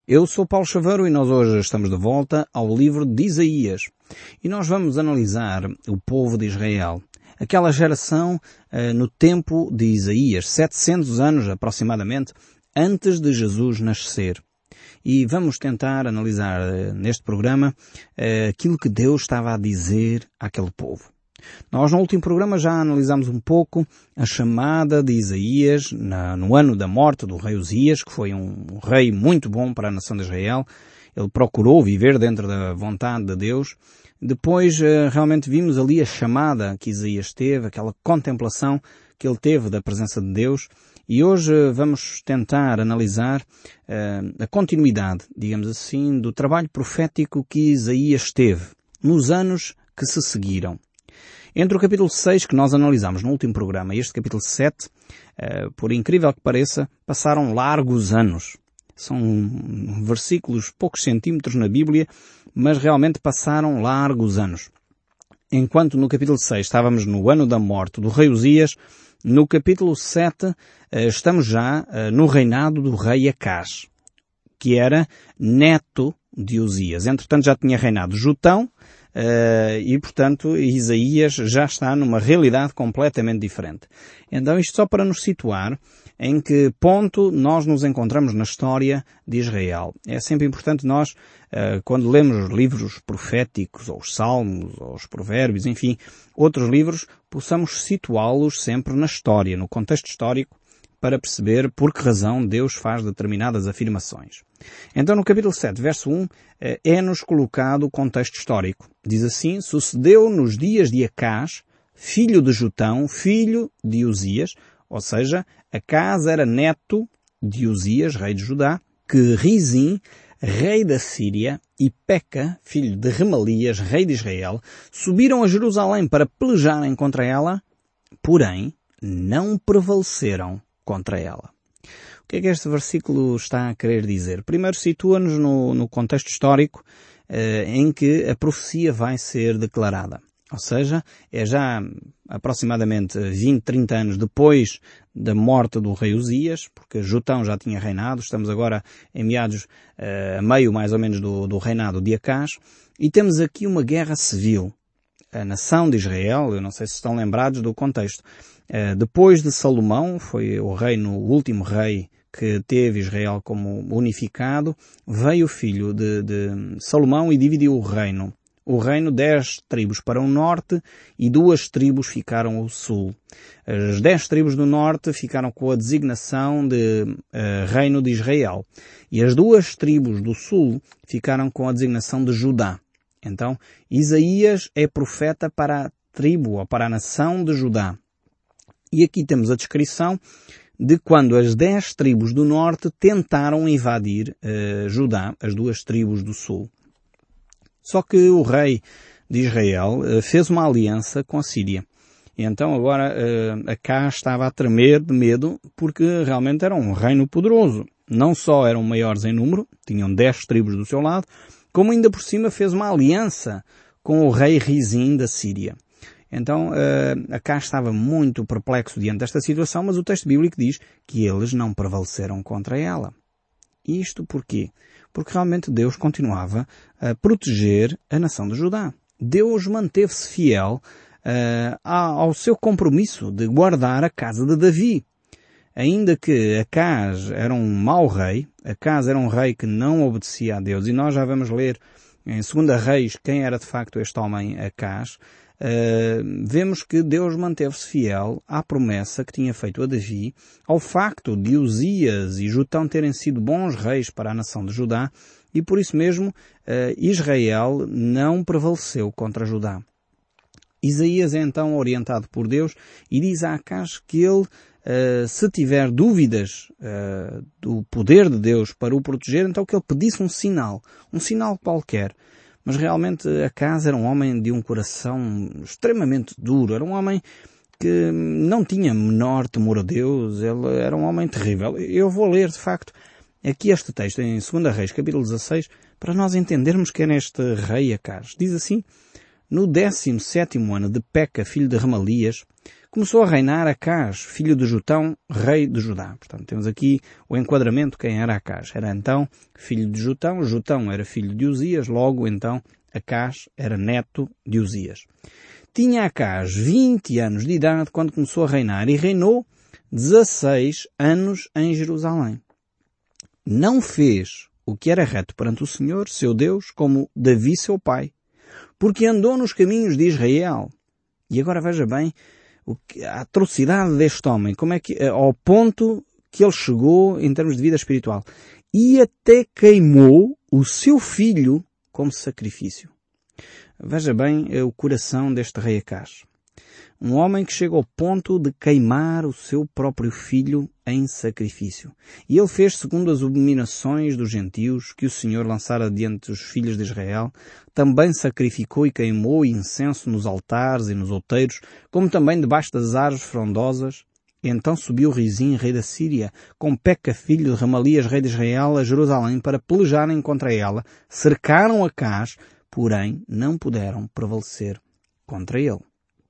Eu sou Paulo Chaveiro e nós hoje estamos de volta ao livro de Isaías. E nós vamos analisar o povo de Israel, aquela geração no tempo de Isaías, 700 anos aproximadamente, antes de Jesus nascer. E vamos tentar analisar neste programa aquilo que Deus estava a dizer àquele povo. Nós no último programa já analisámos um pouco a chamada de Isaías no ano da morte do rei Uzias, que foi um rei muito bom para a nação de Israel. Ele procurou viver dentro da vontade de Deus. Depois realmente vimos ali a chamada que Isaías teve, aquela contemplação que ele teve da presença de Deus. E hoje vamos tentar analisar a continuidade, digamos assim, do trabalho profético que Isaías teve nos anos que se seguiram. Entre o capítulo 6, que nós analisámos no último programa, e este capítulo 7, por incrível que pareça, passaram largos anos. São versículos, poucos centímetros na Bíblia, mas realmente passaram largos anos. Enquanto no capítulo 6 estávamos no ano da morte do rei Uzias, no capítulo 7 estamos já no reinado do rei Acaz, que era neto de Uzias. Entretanto já tinha reinado Jotão, e portanto Isaías já está numa realidade completamente diferente. Então isto só para nos situar em que ponto nós nos encontramos na história de Israel. É sempre importante nós, quando lemos os livros proféticos, ou os salmos, ou os provérbios, enfim, outros livros, possamos situá-los sempre na história, no contexto histórico, para perceber por que razão Deus faz determinadas afirmações. Então no capítulo 7, verso 1, é-nos colocado o contexto histórico. Diz assim: sucedeu nos dias de Acaz, filho de Jotão, filho de Uzias, ou seja, Acaz era neto de Uzias, rei de Judá, que Rizim, rei da Síria, e Peca, filho de Remalias, rei de Israel, subiram a Jerusalém para pelejarem contra ela, porém não prevaleceram contra ela. O que é que este versículo está a querer dizer? Primeiro situa-nos no contexto histórico em que a profecia vai ser declarada. Ou seja, é já aproximadamente 20, 30 anos depois da morte do rei Uzias, porque Jotão já tinha reinado. Estamos agora em meados, a meio mais ou menos do reinado de Acaz, e temos aqui uma guerra civil. A nação de Israel, eu não sei se estão lembrados do contexto, depois de Salomão, foi o último rei que teve Israel como unificado, veio o filho de Salomão e dividiu o reino. O reino, 10 tribos para o norte e 2 tribos ficaram ao sul. As 10 tribos do norte ficaram com a designação de reino de Israel. E as 2 tribos do sul ficaram com a designação de Judá. Então, Isaías é profeta para a tribo, ou para a nação de Judá. E aqui temos a descrição de quando as 10 tribos do norte tentaram invadir Judá, as 2 tribos do sul. Só que o rei de Israel fez uma aliança com a Síria. E então agora Acaz estava a tremer de medo porque realmente era um reino poderoso. Não só eram maiores em número, tinham 10 tribos do seu lado, como ainda por cima fez uma aliança com o rei Rizim da Síria. Então Acaz estava muito perplexo diante desta situação, mas o texto bíblico diz que eles não prevaleceram contra ela. E isto porquê? Porque realmente Deus continuava a proteger a nação de Judá. Deus manteve-se fiel ao seu compromisso de guardar a casa de Davi. Ainda que Acaz era um mau rei, Acaz era um rei que não obedecia a Deus, e nós já vamos ler em 2 Reis quem era de facto este homem Acaz, vemos que Deus manteve-se fiel à promessa que tinha feito a Davi, ao facto de Uzias e Jotão terem sido bons reis para a nação de Judá, e por isso mesmo Israel não prevaleceu contra Judá. Isaías é então orientado por Deus e diz a Acaz que ele, se tiver dúvidas do poder de Deus para o proteger, então que ele pedisse um sinal qualquer. Mas realmente Acaz era um homem de um coração extremamente duro, era um homem que não tinha menor temor a Deus, ele era um homem terrível. Eu vou ler, de facto, aqui este texto em 2 Reis, capítulo 16, para nós entendermos quem era este rei Acaz. Diz assim: no 17º ano de Peca, filho de Remalias, Começou a reinar Acás, filho de Jotão, rei de Judá. Portanto, temos aqui o enquadramento. Quem era Acás? Era então filho de Jotão. Jotão era filho de Uzias. Logo, então, Acás era neto de Uzias. Tinha Acás 20 anos de idade quando começou a reinar e reinou 16 anos em Jerusalém. Não fez o que era reto perante o Senhor, seu Deus, como Davi, seu pai, porque andou nos caminhos de Israel. E agora veja bem a atrocidade deste homem, como é que, ao ponto que ele chegou em termos de vida espiritual. E até queimou o seu filho como sacrifício. Veja bem o coração deste rei Acás. Um homem que chega ao ponto de queimar o seu próprio filho em sacrifício. E ele fez segundo as abominações dos gentios que o Senhor lançara diante dos filhos de Israel. Também sacrificou e queimou incenso nos altares e nos outeiros, como também debaixo das árvores frondosas. E então subiu Rezim, rei da Síria, com Peca, filho de Ramalias, rei de Israel, a Jerusalém, para pelejarem contra ela. Cercaram Acás, porém não puderam prevalecer contra ele.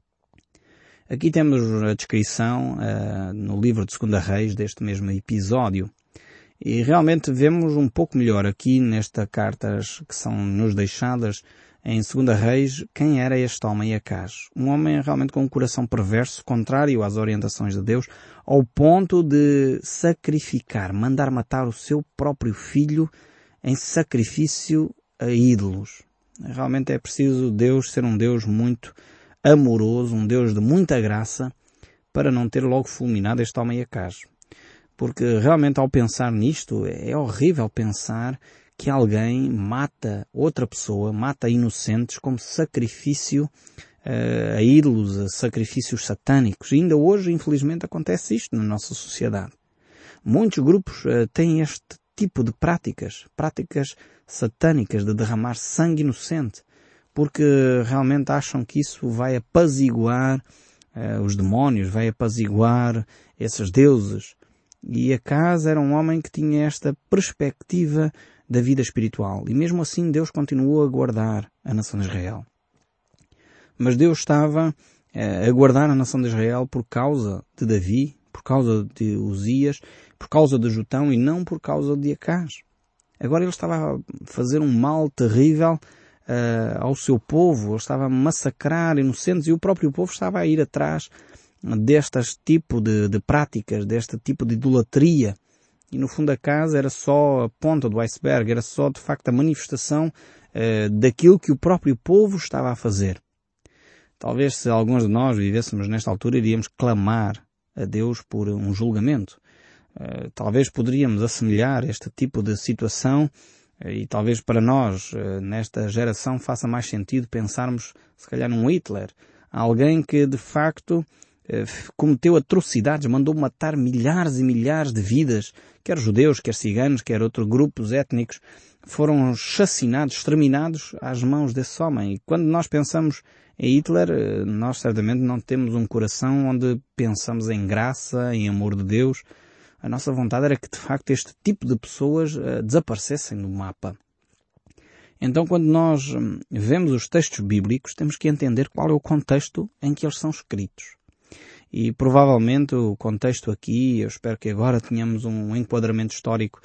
Aqui temos a descrição no livro de 2 Reis deste mesmo episódio. E realmente vemos um pouco melhor aqui nestas cartas que são nos deixadas em 2 Reis quem era este homem Acás. Um homem realmente com um coração perverso, contrário às orientações de Deus, ao ponto de sacrificar, mandar matar o seu próprio filho em sacrifício a ídolos. Realmente é preciso Deus ser um Deus muito amoroso, um Deus de muita graça, para não ter logo fulminado este homem Acás. Porque realmente ao pensar nisto, é horrível pensar que alguém mata outra pessoa, mata inocentes como sacrifício a ídolos, a sacrifícios satânicos. E ainda hoje, infelizmente, acontece isto na nossa sociedade. Muitos grupos têm este tipo de práticas satânicas de derramar sangue inocente, porque realmente acham que isso vai apaziguar os demónios, vai apaziguar esses deuses. E Acás era um homem que tinha esta perspectiva da vida espiritual. E mesmo assim Deus continuou a guardar a nação de Israel. Mas Deus estava a guardar a nação de Israel por causa de Davi, por causa de Uzias, por causa de Jotão e não por causa de Acás. Agora ele estava a fazer um mal terrível ao seu povo, ele estava a massacrar inocentes e o próprio povo estava a ir atrás destes tipo de práticas, deste tipo de idolatria. E no fundo Acás era só a ponta do iceberg, era só de facto a manifestação daquilo que o próprio povo estava a fazer. Talvez se alguns de nós vivêssemos nesta altura iríamos clamar a Deus por um julgamento. Talvez poderíamos assemelhar este tipo de situação e talvez para nós, nesta geração, faça mais sentido pensarmos, se calhar, num Hitler. Alguém que, de facto, cometeu atrocidades, mandou matar milhares e milhares de vidas, quer judeus, quer ciganos, quer outros grupos étnicos, foram chacinados, exterminados às mãos desse homem. E quando nós pensamos em Hitler, nós certamente não temos um coração onde pensamos em graça, em amor de Deus. A nossa vontade era que, de facto, este tipo de pessoas desaparecessem do mapa. Então, quando nós vemos os textos bíblicos, temos que entender qual é o contexto em que eles são escritos. E, provavelmente, o contexto aqui, eu espero que agora tenhamos um enquadramento histórico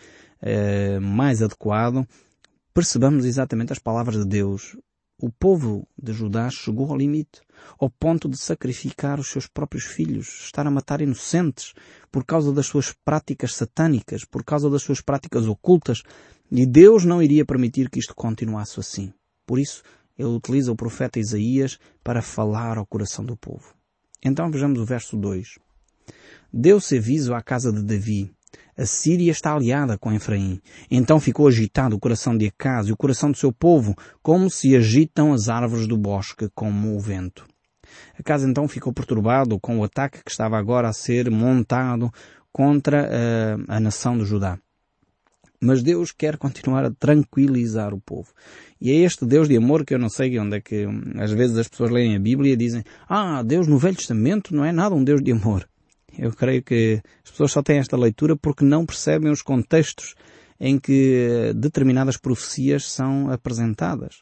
mais adequado, percebamos exatamente as palavras de Deus. O povo de Judá chegou ao limite, ao ponto de sacrificar os seus próprios filhos, estar a matar inocentes por causa das suas práticas satânicas, por causa das suas práticas ocultas, e Deus não iria permitir que isto continuasse assim. Por isso, ele utiliza o profeta Isaías para falar ao coração do povo. Então vejamos o verso 2. Deu-se aviso à casa de Davi. A Síria está aliada com Efraim. Então ficou agitado o coração de Acás e o coração do seu povo, como se agitam as árvores do bosque, como o vento. Acás então ficou perturbado com o ataque que estava agora a ser montado contra a nação de Judá. Mas Deus quer continuar a tranquilizar o povo. E é este Deus de amor que eu não sei onde é que às vezes as pessoas leem a Bíblia e dizem Deus no Velho Testamento não é nada um Deus de amor. Eu creio que as pessoas só têm esta leitura porque não percebem os contextos em que determinadas profecias são apresentadas.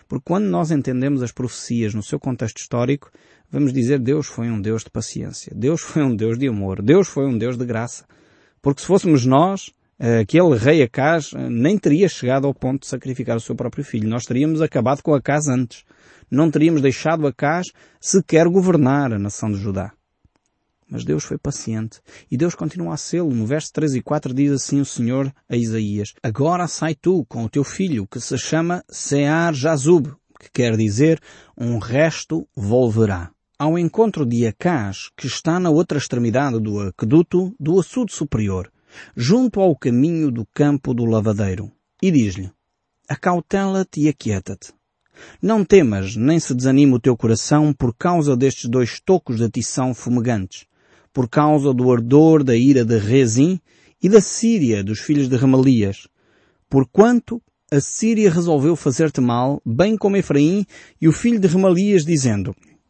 Porque quando nós entendemos as profecias no seu contexto histórico, vamos dizer Deus foi um Deus de paciência, Deus foi um Deus de amor, Deus foi um Deus de graça. Porque se fôssemos nós, aquele rei Acaz nem teria chegado ao ponto de sacrificar o seu próprio filho. Nós teríamos acabado com Acaz antes. Não teríamos deixado Acaz sequer governar a nação de Judá. Mas Deus foi paciente. E Deus continua a sê-lo. No verso 3 e 4 diz assim o Senhor a Isaías: Agora sai tu com o teu filho, que se chama Sear-Jazub, que quer dizer um resto volverá, ao encontro de Acaz, que está na outra extremidade do aqueduto do açude superior, junto ao caminho do campo do lavadeiro. E diz-lhe: Acautela-te e aquieta-te. Não temas, nem se desanime o teu coração por causa destes 2 tocos de atição fumegantes, por causa do ardor da ira de Rezim e da Síria dos filhos de Remalias, porquanto a Síria resolveu fazer-te mal, bem como Efraim e o filho de Remalias, dizendo: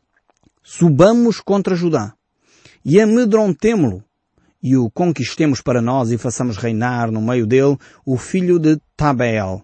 Subamos contra Judá, e amedrontemo-lo, e o conquistemos para nós e façamos reinar no meio dele o filho de Tabeel.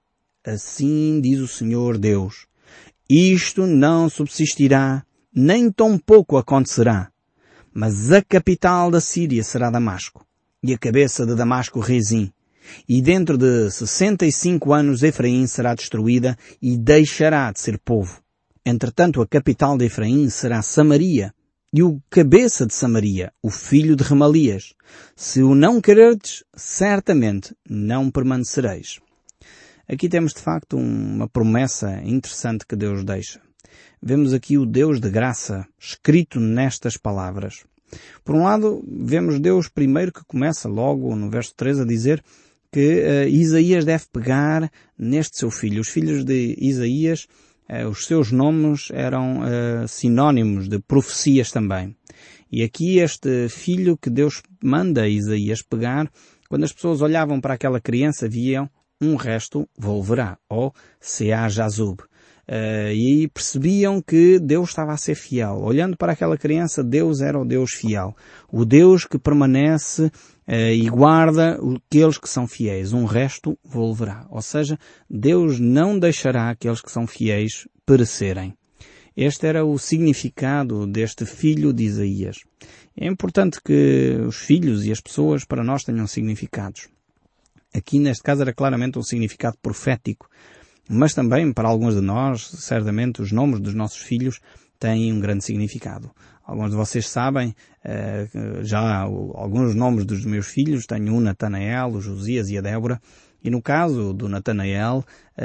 Assim diz o Senhor Deus: Isto não subsistirá, nem tão pouco acontecerá, mas a capital da Síria será Damasco, e a cabeça de Damasco Rezim. E dentro de 65 anos Efraim será destruída e deixará de ser povo. Entretanto, a capital de Efraim será Samaria, e o cabeça de Samaria, o filho de Remalias. Se o não quererdes, certamente não permanecereis. Aqui temos de facto uma promessa interessante que Deus deixa. Vemos aqui o Deus de graça escrito nestas palavras. Por um lado, vemos Deus primeiro que começa logo no verso 3 a dizer que Isaías deve pegar neste seu filho. Os filhos de Isaías, os seus nomes eram sinónimos de profecias também. E aqui este filho que Deus manda a Isaías pegar, quando as pessoas olhavam para aquela criança, viam um resto volverá, ou Sear-Jazub. E percebiam que Deus estava a ser fiel. Olhando para aquela criança, Deus era o Deus fiel. O Deus que permanece e guarda aqueles que são fiéis. Um resto volverá. Ou seja, Deus não deixará aqueles que são fiéis perecerem. Este era o significado deste filho de Isaías. É importante que os filhos e as pessoas para nós tenham significados. Aqui, neste caso, era claramente um significado profético, mas também, para alguns de nós, certamente, os nomes dos nossos filhos têm um grande significado. Alguns de vocês sabem, já alguns nomes dos meus filhos, tenho o Natanael, o Josias e a Débora, e no caso do Natanael,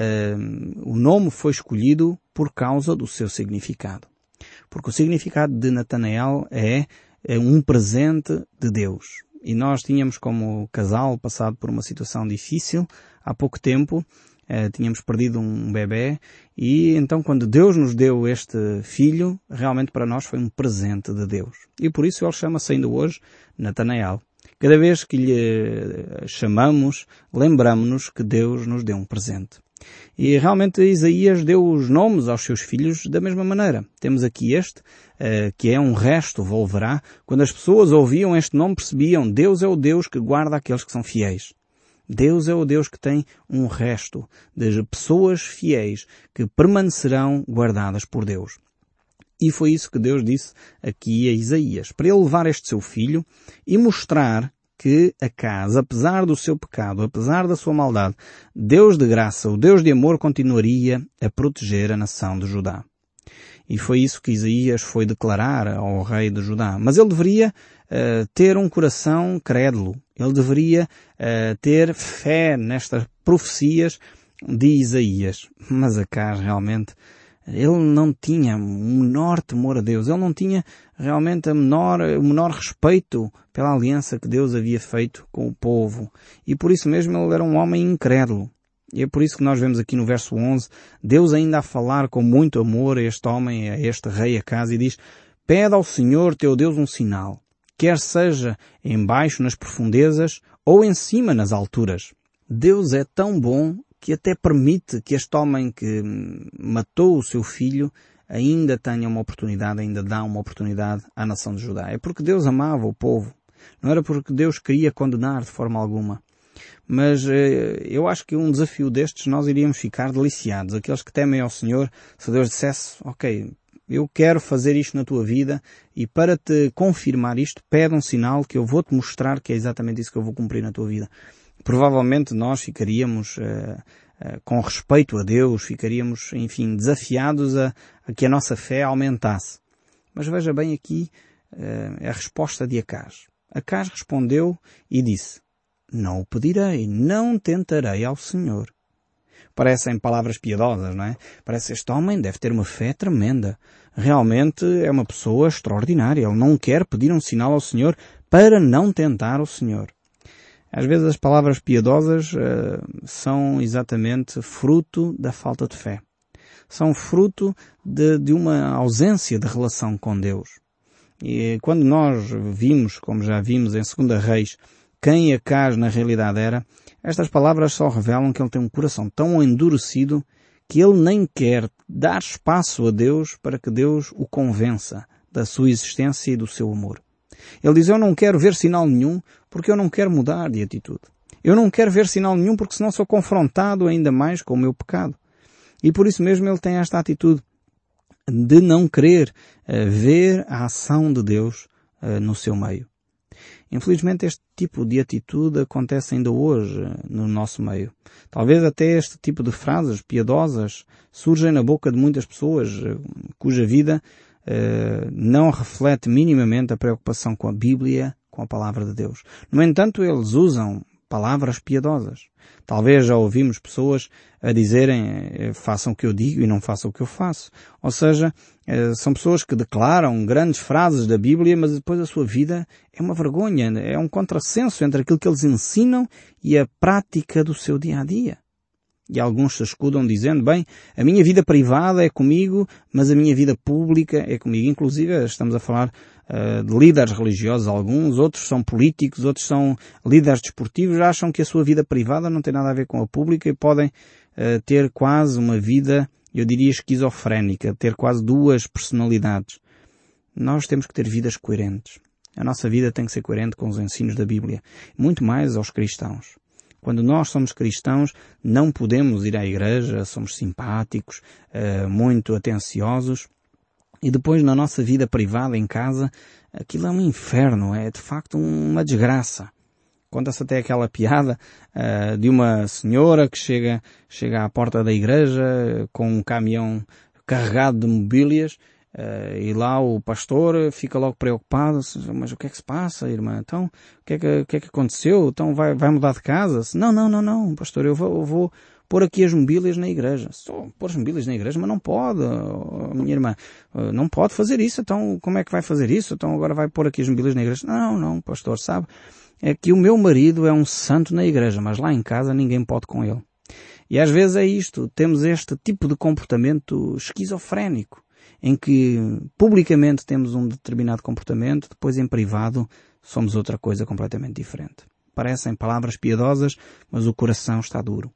o nome foi escolhido por causa do seu significado. Porque o significado de Natanael é um presente de Deus. E nós tínhamos como casal passado por uma situação difícil há pouco tempo, tínhamos perdido um bebê e então quando Deus nos deu este filho, realmente para nós foi um presente de Deus. E por isso ele chama-se ainda hoje Natanael. Cada vez que lhe chamamos, lembramos-nos que Deus nos deu um presente. E realmente Isaías deu os nomes aos seus filhos da mesma maneira. Temos aqui este, que é um resto volverá. Quando as pessoas ouviam este nome, percebiam: Deus é o Deus que guarda aqueles que são fiéis. Deus é o Deus que tem um resto de pessoas fiéis que permanecerão guardadas por Deus. E foi isso que Deus disse aqui a Isaías, para ele levar este seu filho e mostrar que Acaz, apesar do seu pecado, apesar da sua maldade, Deus de graça, o Deus de amor, continuaria a proteger a nação de Judá. E foi isso que Isaías foi declarar ao rei de Judá. Mas ele deveria ter um coração crédulo. Ele deveria ter fé nestas profecias de Isaías. Mas Acaz realmente, ele não tinha o menor temor a Deus. Ele não tinha realmente o menor respeito pela aliança que Deus havia feito com o povo. E por isso mesmo ele era um homem incrédulo. E é por isso que nós vemos aqui no verso 11, Deus ainda a falar com muito amor a este homem, a este rei Acaz, e diz: Pede ao Senhor teu Deus um sinal, quer seja embaixo nas profundezas ou em cima nas alturas. Deus é tão bom que até permite que este homem que matou o seu filho ainda tenha uma oportunidade, ainda dá uma oportunidade à nação de Judá. É porque Deus amava o povo. Não era porque Deus queria condenar de forma alguma. Mas eu acho que um desafio destes nós iríamos ficar deliciados. Aqueles que temem ao Senhor, se Deus dissesse, ok, eu quero fazer isto na tua vida e para te confirmar isto, pede um sinal que eu vou-te mostrar que é exatamente isso que eu vou cumprir na tua vida. Provavelmente nós ficaríamos com respeito a Deus, ficaríamos, enfim, desafiados a que a nossa fé aumentasse. Mas veja bem aqui a resposta de Acaz. Acaz respondeu e disse, não o pedirei, não tentarei ao Senhor. Parecem palavras piedosas, não é? Parece que este homem deve ter uma fé tremenda. Realmente é uma pessoa extraordinária. Ele não quer pedir um sinal ao Senhor para não tentar o Senhor. Às vezes as palavras piedosas são exatamente fruto da falta de fé. São fruto de uma ausência de relação com Deus. E quando nós vimos, como já vimos em 2 Reis, quem Acaz na realidade era, estas palavras só revelam que ele tem um coração tão endurecido que ele nem quer dar espaço a Deus para que Deus o convença da sua existência e do seu amor. Ele diz, eu não quero ver sinal nenhum porque eu não quero mudar de atitude. Eu não quero ver sinal nenhum porque senão sou confrontado ainda mais com o meu pecado. E por isso mesmo ele tem esta atitude de não querer ver a ação de Deus no seu meio. Infelizmente este tipo de atitude acontece ainda hoje no nosso meio. Talvez até este tipo de frases piedosas surgem na boca de muitas pessoas cuja vida não reflete minimamente a preocupação com a Bíblia, com a Palavra de Deus. No entanto, eles usam palavras piedosas. Talvez já ouvimos pessoas a dizerem façam o que eu digo e não façam o que eu faço. Ou seja, são pessoas que declaram grandes frases da Bíblia, mas depois a sua vida é uma vergonha, é um contrassenso entre aquilo que eles ensinam e a prática do seu dia-a-dia. E alguns se escudam dizendo, bem, a minha vida privada é comigo, mas a minha vida pública é comigo. Inclusive, estamos a falar de líderes religiosos, alguns, outros são políticos, outros são líderes desportivos, acham que a sua vida privada não tem nada a ver com a pública e podem ter quase uma vida, eu diria, esquizofrénica, ter quase duas personalidades. Nós temos que ter vidas coerentes. A nossa vida tem que ser coerente com os ensinos da Bíblia, muito mais aos cristãos. Quando nós somos cristãos, não podemos ir à igreja, somos simpáticos, muito atenciosos, e depois na nossa vida privada, em casa, aquilo é um inferno, é de facto uma desgraça. Conta-se até aquela piada de uma senhora que chega à porta da igreja com um caminhão carregado de mobílias, e lá o pastor fica logo preocupado, mas o que é que se passa, irmã? Então, o que é que aconteceu? Então vai mudar de casa? Não, pastor, eu vou pôr aqui as mobílias na igreja. Só pôr as mobílias na igreja, mas não pode, minha irmã, não pode fazer isso, então como é que vai fazer isso? Então agora vai pôr aqui as mobílias na igreja? Não, pastor, sabe? É que o meu marido é um santo na igreja, mas lá em casa ninguém pode com ele. E às vezes é isto, temos este tipo de comportamento esquizofrénico, em que publicamente temos um determinado comportamento, depois em privado somos outra coisa completamente diferente. Parecem palavras piedosas, mas o coração está duro.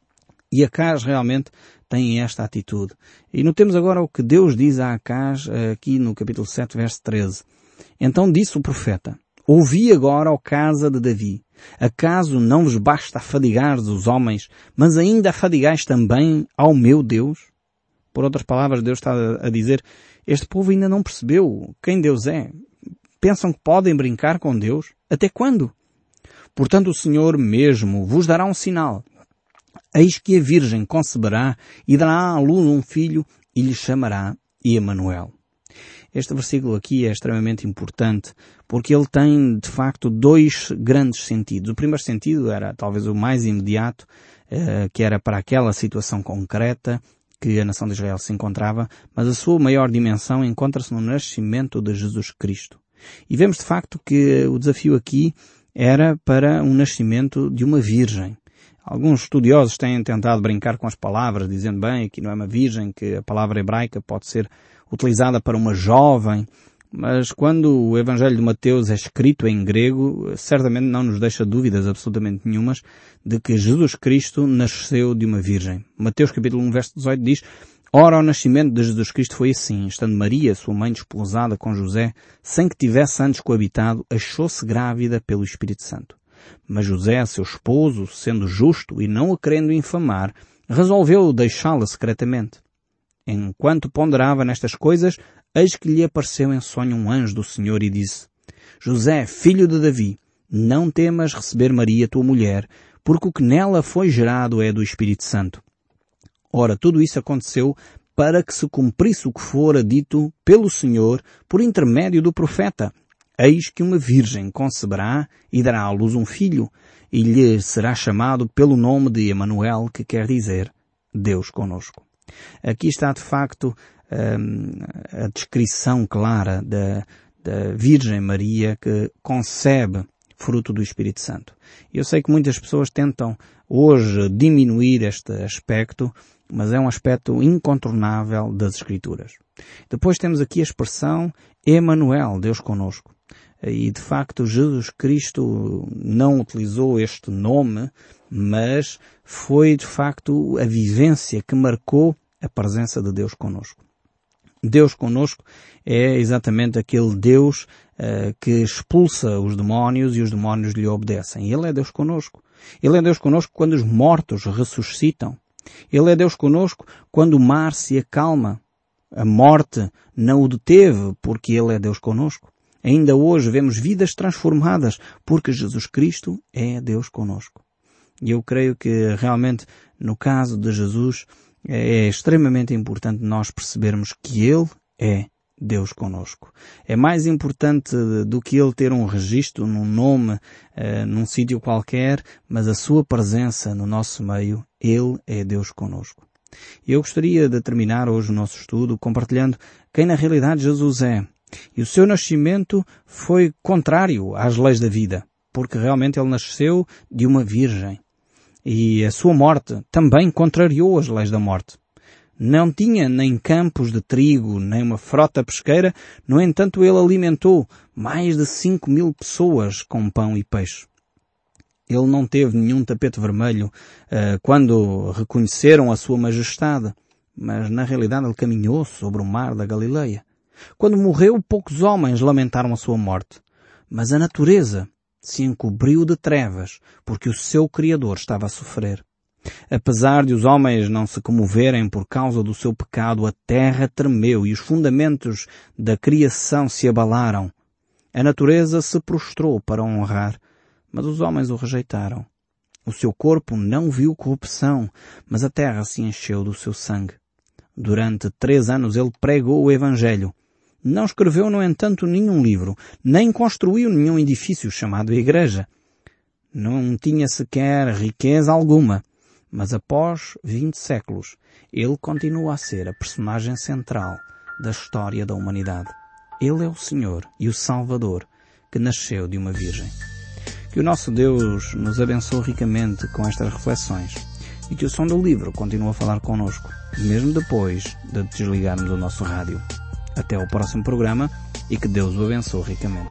E Acaz realmente tem esta atitude. E notemos agora o que Deus diz a Acaz aqui no capítulo 7, verso 13. Então disse o profeta, ouvi agora, ó casa de Davi, acaso não vos basta afadigares os homens, mas ainda afadigais também ao meu Deus? Por outras palavras, Deus está a dizer, este povo ainda não percebeu quem Deus é. Pensam que podem brincar com Deus? Até quando? Portanto, o Senhor mesmo vos dará um sinal. Eis que a Virgem conceberá e dará à luz um filho e lhe chamará Emanuel. Este versículo aqui é extremamente importante porque ele tem, de facto, dois grandes sentidos. O primeiro sentido era talvez o mais imediato, que era para aquela situação concreta que a nação de Israel se encontrava, mas a sua maior dimensão encontra-se no nascimento de Jesus Cristo. E vemos de facto que o desafio aqui era para um nascimento de uma virgem. Alguns estudiosos têm tentado brincar com as palavras, dizendo bem que não é uma virgem, que a palavra hebraica pode ser utilizada para uma jovem, mas quando o Evangelho de Mateus é escrito em grego, certamente não nos deixa dúvidas absolutamente nenhumas de que Jesus Cristo nasceu de uma virgem. Mateus capítulo 1, verso 18 diz, ora, o nascimento de Jesus Cristo foi assim, estando Maria, sua mãe, desposada com José, sem que tivesse antes coabitado, achou-se grávida pelo Espírito Santo. Mas José, seu esposo, sendo justo e não a querendo infamar, resolveu deixá-la secretamente. Enquanto ponderava nestas coisas, eis que lhe apareceu em sonho um anjo do Senhor e disse: José, filho de Davi, não temas receber Maria, tua mulher, porque o que nela foi gerado é do Espírito Santo. Ora, tudo isso aconteceu para que se cumprisse o que fora dito pelo Senhor por intermédio do profeta. Eis que uma virgem conceberá e dará à luz um filho, e lhe será chamado pelo nome de Emanuel, que quer dizer Deus conosco. Aqui está de facto a descrição clara da Virgem Maria que concebe fruto do Espírito Santo. Eu sei que muitas pessoas tentam hoje diminuir este aspecto, mas é um aspecto incontornável das Escrituras. Depois temos aqui a expressão Emanuel, Deus conosco. E de facto Jesus Cristo não utilizou este nome, mas foi de facto a vivência que marcou a presença de Deus conosco. Deus conosco é exatamente aquele Deus que expulsa os demónios e os demónios lhe obedecem. Ele é Deus conosco. Ele é Deus conosco quando os mortos ressuscitam. Ele é Deus conosco quando o mar se acalma. A morte não o deteve porque Ele é Deus conosco. Ainda hoje vemos vidas transformadas porque Jesus Cristo é Deus conosco. E eu creio que realmente no caso de Jesus é extremamente importante nós percebermos que Ele é Deus conosco. É mais importante do que Ele ter um registro, num nome, num sítio qualquer, mas a sua presença no nosso meio, Ele é Deus conosco. Eu gostaria de terminar hoje o nosso estudo compartilhando quem na realidade Jesus é. E o seu nascimento foi contrário às leis da vida, porque realmente Ele nasceu de uma virgem. E a sua morte também contrariou as leis da morte. Não tinha nem campos de trigo, nem uma frota pesqueira, no entanto Ele alimentou mais de 5.000 pessoas com pão e peixe. Ele não teve nenhum tapete vermelho quando reconheceram a sua majestade, mas na realidade Ele caminhou sobre o mar da Galileia. Quando morreu, poucos homens lamentaram a sua morte, mas a natureza se encobriu de trevas, porque o seu Criador estava a sofrer. Apesar de os homens não se comoverem por causa do seu pecado, a terra tremeu e os fundamentos da criação se abalaram. A natureza se prostrou para o honrar, mas os homens o rejeitaram. O seu corpo não viu corrupção, mas a terra se encheu do seu sangue. Durante 3 anos ele pregou o Evangelho. Não escreveu, no entanto, nenhum livro, nem construiu nenhum edifício chamado Igreja. Não tinha sequer riqueza alguma, mas após 20 séculos, ele continua a ser a personagem central da história da humanidade. Ele é o Senhor e o Salvador que nasceu de uma virgem. Que o nosso Deus nos abençoe ricamente com estas reflexões e que o som do livro continue a falar connosco, mesmo depois de desligarmos o nosso rádio. Até ao próximo programa e que Deus o abençoe ricamente.